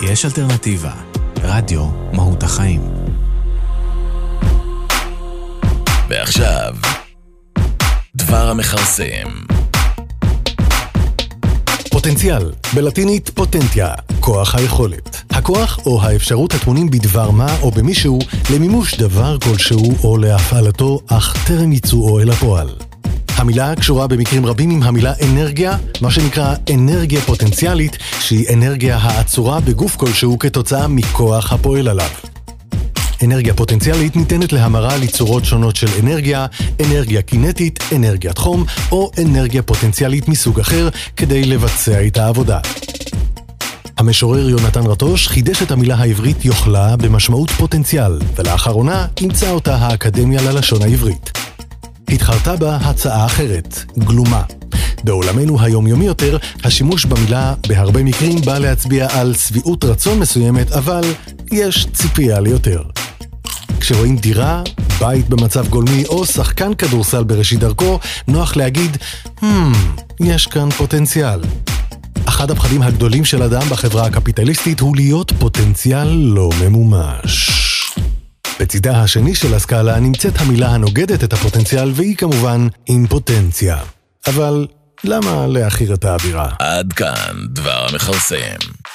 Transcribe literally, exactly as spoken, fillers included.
יש אלטרנטיבה. רדיו מהות החיים. ועכשיו, דבר המחרסם. פוטנציאל, בלטינית פוטנטיה, כוח היכולת. הכוח או האפשרות הטמונים בדבר מה או במישהו למימוש דבר כלשהו או להפעלתו אך טרם ייצואו אל הפועל. המילה קשורה במקרים רבים עם המילה אנרגיה, מה שנקרא אנרגיה פוטנציאלית, שהיא אנרגיה העצורה בגוף כלשהו כתוצאה מכוח הפועל עליו. אנרגיה פוטנציאלית ניתנת להמרה לצורות שונות של אנרגיה, אנרגיה קינטית, אנרגיית חום, או אנרגיה פוטנציאלית מסוג אחר, כדי לבצע את העבודה. המשורר יונתן רטוש חידש את המילה העברית יוכלה במשמעות פוטנציאל, ולאחרונה אימצה אותה האקדמיה ללשון העברית. התחרתה בה הצעה אחרת, גלומה. בעולמנו היומיומי יותר, השימוש במילה בהרבה מקרים בא להצביע על סביעות רצון מסוימת, אבל יש ציפייה ליותר. כשרואים דירה, בית במצב גולמי או שחקן כדורסל בראשית דרכו, נוח להגיד, hmm, יש כאן פוטנציאל. אחד הפחדים הגדולים של אדם בחברה הקפיטליסטית הוא להיות פוטנציאל לא ממומש. בצידה השני של הסקאלה נמצאת המילה הנוגדת את הפוטנציאל, והיא כמובן אימפוטנציה. אבל למה להחיר את האווירה? עד כאן דבר המחרסם.